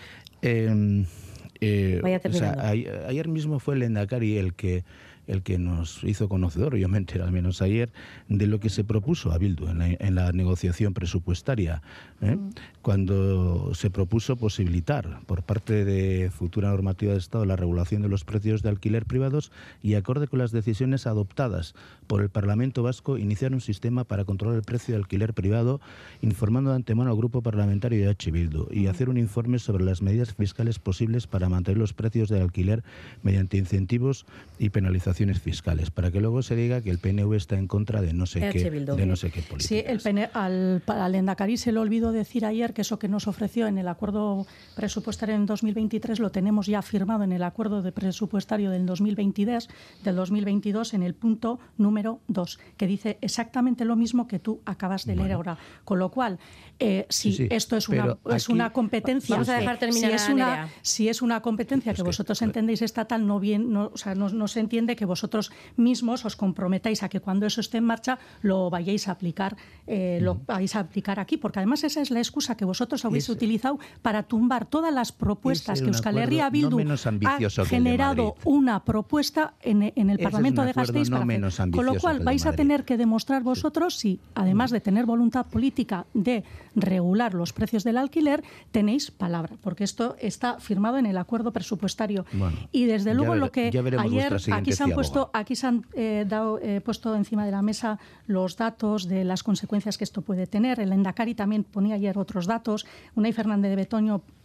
Ayer mismo fue el Lehendakari el que nos hizo conocedor, yo me enteré al menos ayer, de lo que se propuso a Bildu en la negociación presupuestaria, cuando se propuso posibilitar por parte de futura normativa de Estado la regulación de los precios de alquiler privados y, acorde con las decisiones adoptadas por el Parlamento Vasco, iniciar un sistema para controlar el precio de alquiler privado, informando de antemano al Grupo Parlamentario de H. Bildu y hacer un informe sobre las medidas fiscales posibles para mantener los precios del alquiler mediante incentivos y penalizaciones fiscales, para que luego se diga que el PNV está en contra de no sé qué políticas. Sí, al Lehendakari se le olvidó decir ayer que eso que nos ofreció en el acuerdo presupuestario en 2023 lo tenemos ya firmado en el acuerdo de presupuestario del 2022 en el punto número 2, que dice exactamente lo mismo que tú acabas de leer ahora. Con lo cual, esto es una competencia. Vamos a dejar terminar si es una competencia que vosotros entendéis estatal, no se entiende que vosotros mismos os comprometáis a que cuando eso esté en marcha lo vayáis a aplicar, aquí, porque además esa es la excusa que vosotros habéis utilizado para tumbar todas las propuestas que Euskal Herria Bildu ha generado una propuesta en el Parlamento de Gasteiz con lo cual vais a tener que demostrar vosotros si, además de tener voluntad política de regular los precios del alquiler, tenéis palabra, porque esto está firmado en el acuerdo presupuestario. Y desde luego lo que ayer aquí se han puesto encima de la mesa los datos de las consecuencias que esto puede tener. El Lehendakari también ponía ayer otros datos. Unai Fernández de Betoño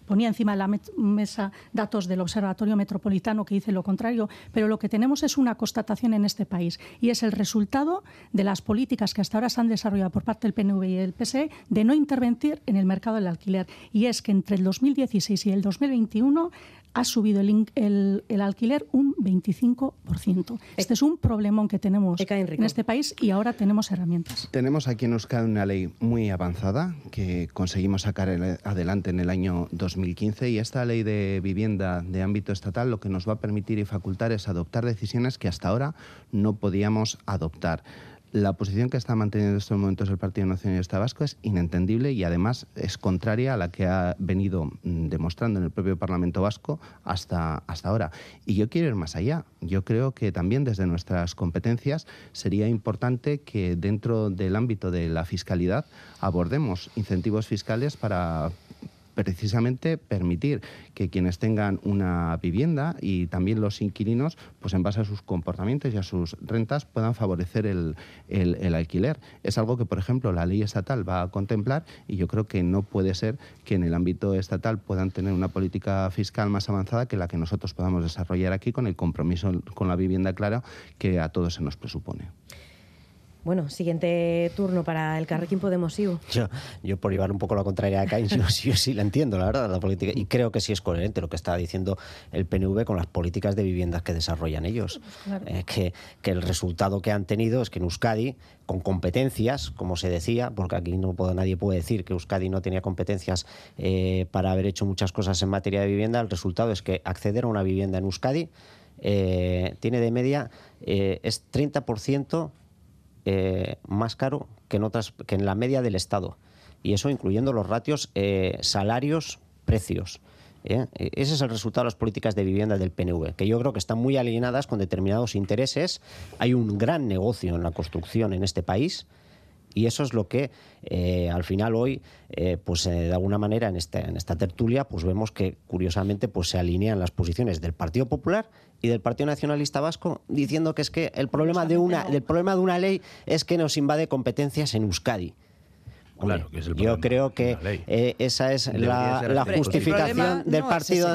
ponía encima de la mesa datos del Observatorio Metropolitano que dice lo contrario, pero lo que tenemos es una constatación en este país y es el resultado de las políticas que hasta ahora se han desarrollado por parte del PNV y el PSE de no intervenir en el mercado del alquiler. Y es que entre el 2016 y el 2021 ha subido el alquiler un 25%. Este es un problemón que tenemos en este país y ahora tenemos herramientas. Tenemos aquí en Euskadi una ley muy avanzada que conseguimos sacar adelante en el año 2015 y esta ley de vivienda de ámbito estatal lo que nos va a permitir y facultar es adoptar decisiones que hasta ahora no podíamos adoptar. La posición que está manteniendo en estos momentos el Partido Nacionalista Vasco es inentendible y además es contraria a la que ha venido demostrando en el propio Parlamento Vasco hasta ahora. Y yo quiero ir más allá. Yo creo que también desde nuestras competencias sería importante que dentro del ámbito de la fiscalidad abordemos incentivos fiscales para precisamente permitir que quienes tengan una vivienda y también los inquilinos, pues en base a sus comportamientos y a sus rentas, puedan favorecer el alquiler. Es algo que, por ejemplo, la ley estatal va a contemplar y yo creo que no puede ser que en el ámbito estatal puedan tener una política fiscal más avanzada que la que nosotros podamos desarrollar aquí con el compromiso con la vivienda clara que a todos se nos presupone. Bueno, siguiente turno para el Elkarrekin Podemos, Iu. Yo por llevar un poco la contraria acá, yo sí la entiendo, la verdad, la política. Y creo que sí es coherente lo que está diciendo el PNV con las políticas de viviendas que desarrollan ellos. Claro. Que el resultado que han tenido es que en Euskadi, con competencias, como se decía, porque aquí nadie puede decir que Euskadi no tenía competencias para haber hecho muchas cosas en materia de vivienda, el resultado es que acceder a una vivienda en Euskadi tiene de media es 30% más caro que en la media del Estado. Y eso incluyendo los ratios salarios-precios. Ese es el resultado de las políticas de vivienda del PNV, que yo creo que están muy alineadas con determinados intereses. Hay un gran negocio en la construcción en este país y eso es lo que al final hoy, de alguna manera en esta tertulia, pues vemos que curiosamente pues se alinean las posiciones del Partido Popular y del Partido Nacionalista Vasco, diciendo que es que el problema de una ley es que nos invade competencias en Euskadi. Claro, que es el yo creo que esa es la justificación del partido.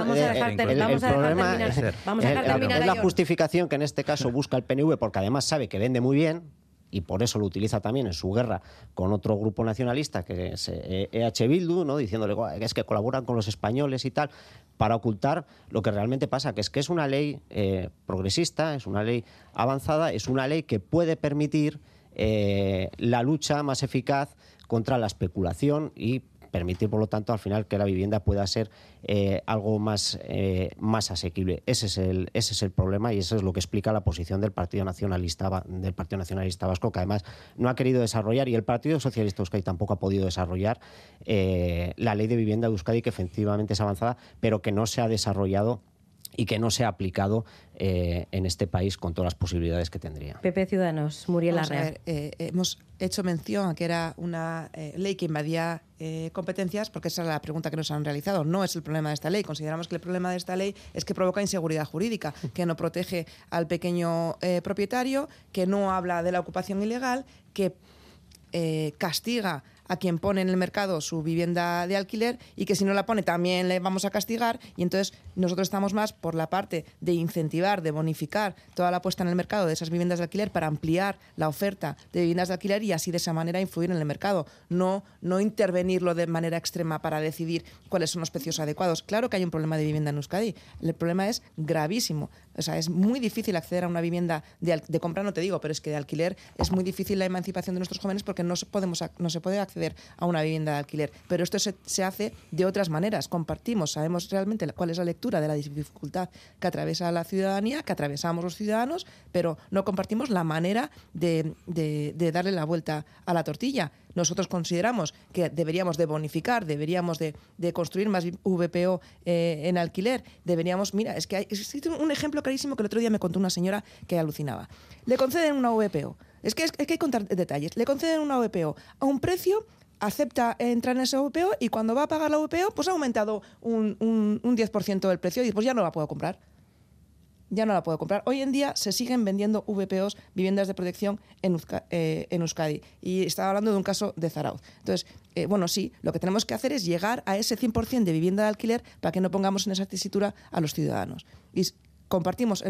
Es la justificación que en este caso busca el PNV, porque además sabe que vende muy bien y por eso lo utiliza también en su guerra con otro grupo nacionalista que es EH Bildu, ¿no? Diciéndole que es que colaboran con los españoles y tal, para ocultar lo que realmente pasa, que es una ley progresista, es una ley avanzada, es una ley que puede permitir la lucha más eficaz contra la especulación y permitir, por lo tanto, al final que la vivienda pueda ser algo más asequible. Ese es el problema y eso es lo que explica la posición del Partido Nacionalista Vasco, que además no ha querido desarrollar, y el Partido Socialista de Euskadi tampoco ha podido desarrollar la ley de vivienda de Euskadi, que efectivamente es avanzada, pero que no se ha desarrollado y que no se ha aplicado en este país con todas las posibilidades que tendría. PP Ciudadanos, Muriel Larrea. Hemos hecho mención a que era una ley que invadía competencias, porque esa es la pregunta que nos han realizado. No es el problema de esta ley. Consideramos que el problema de esta ley es que provoca inseguridad jurídica, que no protege al pequeño propietario, que no habla de la ocupación ilegal, que castiga a quien pone en el mercado su vivienda de alquiler y que si no la pone también le vamos a castigar, y entonces nosotros estamos más por la parte de incentivar, de bonificar toda la puesta en el mercado de esas viviendas de alquiler para ampliar la oferta de viviendas de alquiler y así de esa manera influir en el mercado, no intervenirlo de manera extrema para decidir cuáles son los precios adecuados. Claro que hay un problema de vivienda en Euskadi, el problema es gravísimo, o sea, es muy difícil acceder a una vivienda de compra, no te digo, pero es que de alquiler es muy difícil la emancipación de nuestros jóvenes porque no se puede acceder a una vivienda de alquiler, pero esto se hace de otras maneras. Compartimos, sabemos realmente cuál es la lectura de la dificultad que atraviesa la ciudadanía, que atravesamos los ciudadanos, pero no compartimos la manera de darle la vuelta a la tortilla. Nosotros consideramos que deberíamos de bonificar, deberíamos de construir más VPO en alquiler, deberíamos, mira, es que existe un ejemplo clarísimo que el otro día me contó una señora que alucinaba. Le conceden una VPO. Es que hay que contar detalles. Le conceden una VPO a un precio, acepta entrar en ese VPO y cuando va a pagar la VPO, pues ha aumentado un 10% del precio y pues ya no la puedo comprar. ya no la puedo comprar. Hoy en día se siguen vendiendo VPOs, viviendas de protección, en Euskadi. Y estaba hablando de un caso de Zarauz. Entonces, bueno, sí, lo que tenemos que hacer es llegar a ese 100% de vivienda de alquiler para que no pongamos en esa tesitura a los ciudadanos. Y compartimos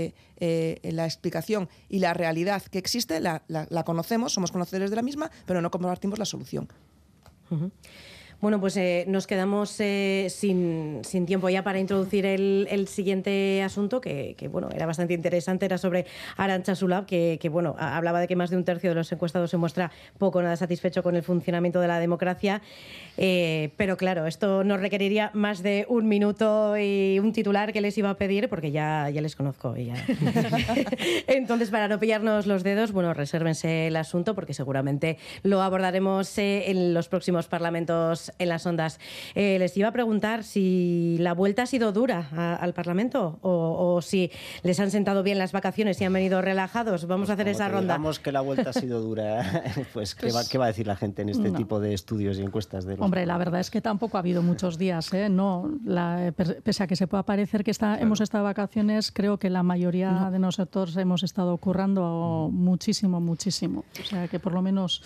la explicación y la realidad que existe, la conocemos, somos conocedores de la misma, pero no compartimos la solución. Uh-huh. Bueno, pues nos quedamos sin tiempo ya para introducir el siguiente asunto, que bueno, era bastante interesante, era sobre Arantxa Sulab, que bueno, hablaba de que más de un tercio de los encuestados se muestra poco o nada satisfecho con el funcionamiento de la democracia, pero claro, esto nos requeriría más de un minuto y un titular que les iba a pedir, porque ya les conozco. Entonces, para no pillarnos los dedos, bueno, resérvense el asunto, porque seguramente lo abordaremos en los próximos parlamentos en las ondas. Les iba a preguntar si la vuelta ha sido dura al Parlamento o si les han sentado bien las vacaciones y han venido relajados. Vamos a hacer esa ronda. Digamos que la vuelta ha sido dura, pues ¿qué va a decir la gente en este tipo de estudios y encuestas? Hombre, la verdad es que tampoco ha habido muchos días, ¿eh? Pese a que se pueda parecer que hemos estado de vacaciones, creo que la mayoría de nosotros hemos estado currando muchísimo. O sea que por lo menos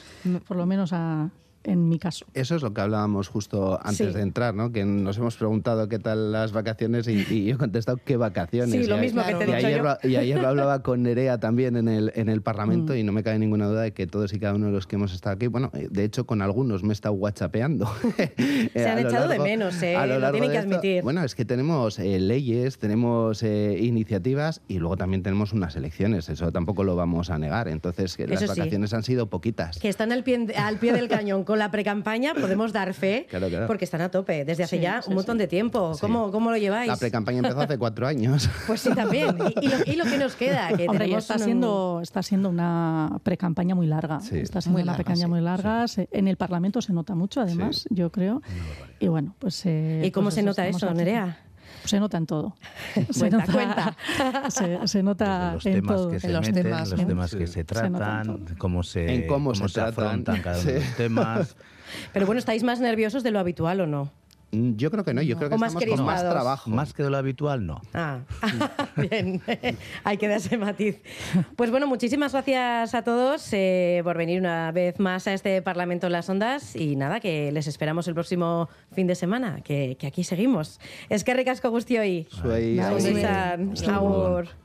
en mi caso. Eso es lo que hablábamos justo antes de entrar, ¿no? Que nos hemos preguntado qué tal las vacaciones y yo he contestado qué vacaciones. Sí, lo mismo que te he dicho yo. Y ayer lo hablaba con Nerea también en el Parlamento y no me cabe ninguna duda de que todos y cada uno de los que hemos estado aquí, bueno, de hecho con algunos me he estado whatsappeando. Se han echado de menos, lo tienen que admitir. Bueno, es que tenemos leyes, tenemos iniciativas y luego también tenemos unas elecciones, eso tampoco lo vamos a negar. Entonces, que las vacaciones han sido poquitas. Que están al pie del cañón. Con la precampaña podemos dar fe, claro. Porque están a tope desde hace un montón de tiempo. ¿Cómo lo lleváis? La precampaña empezó hace 4 años. Pues sí, también. Y lo que nos queda. Que hombre, está siendo una precampaña muy larga. Sí. Está siendo una precampaña muy larga. Sí. En el Parlamento se nota mucho, además, yo creo. Y bueno, pues... ¿Y cómo se nota eso, Nerea? Se nota en todo. Cuenta. Se nota en todo. En los temas que se tratan, cómo se afrontan cada uno de los temas. Pero bueno, ¿estáis más nerviosos de lo habitual o no? Yo creo que no, yo creo que estamos con más trabajo. Más que de lo habitual, no. Bien, hay que dar ese matiz. Pues bueno, muchísimas gracias a todos por venir una vez más a este Parlamento en las Ondas y nada, que les esperamos el próximo fin de semana, que aquí seguimos. Eskerrik asko guztioi. Zuei. Agur.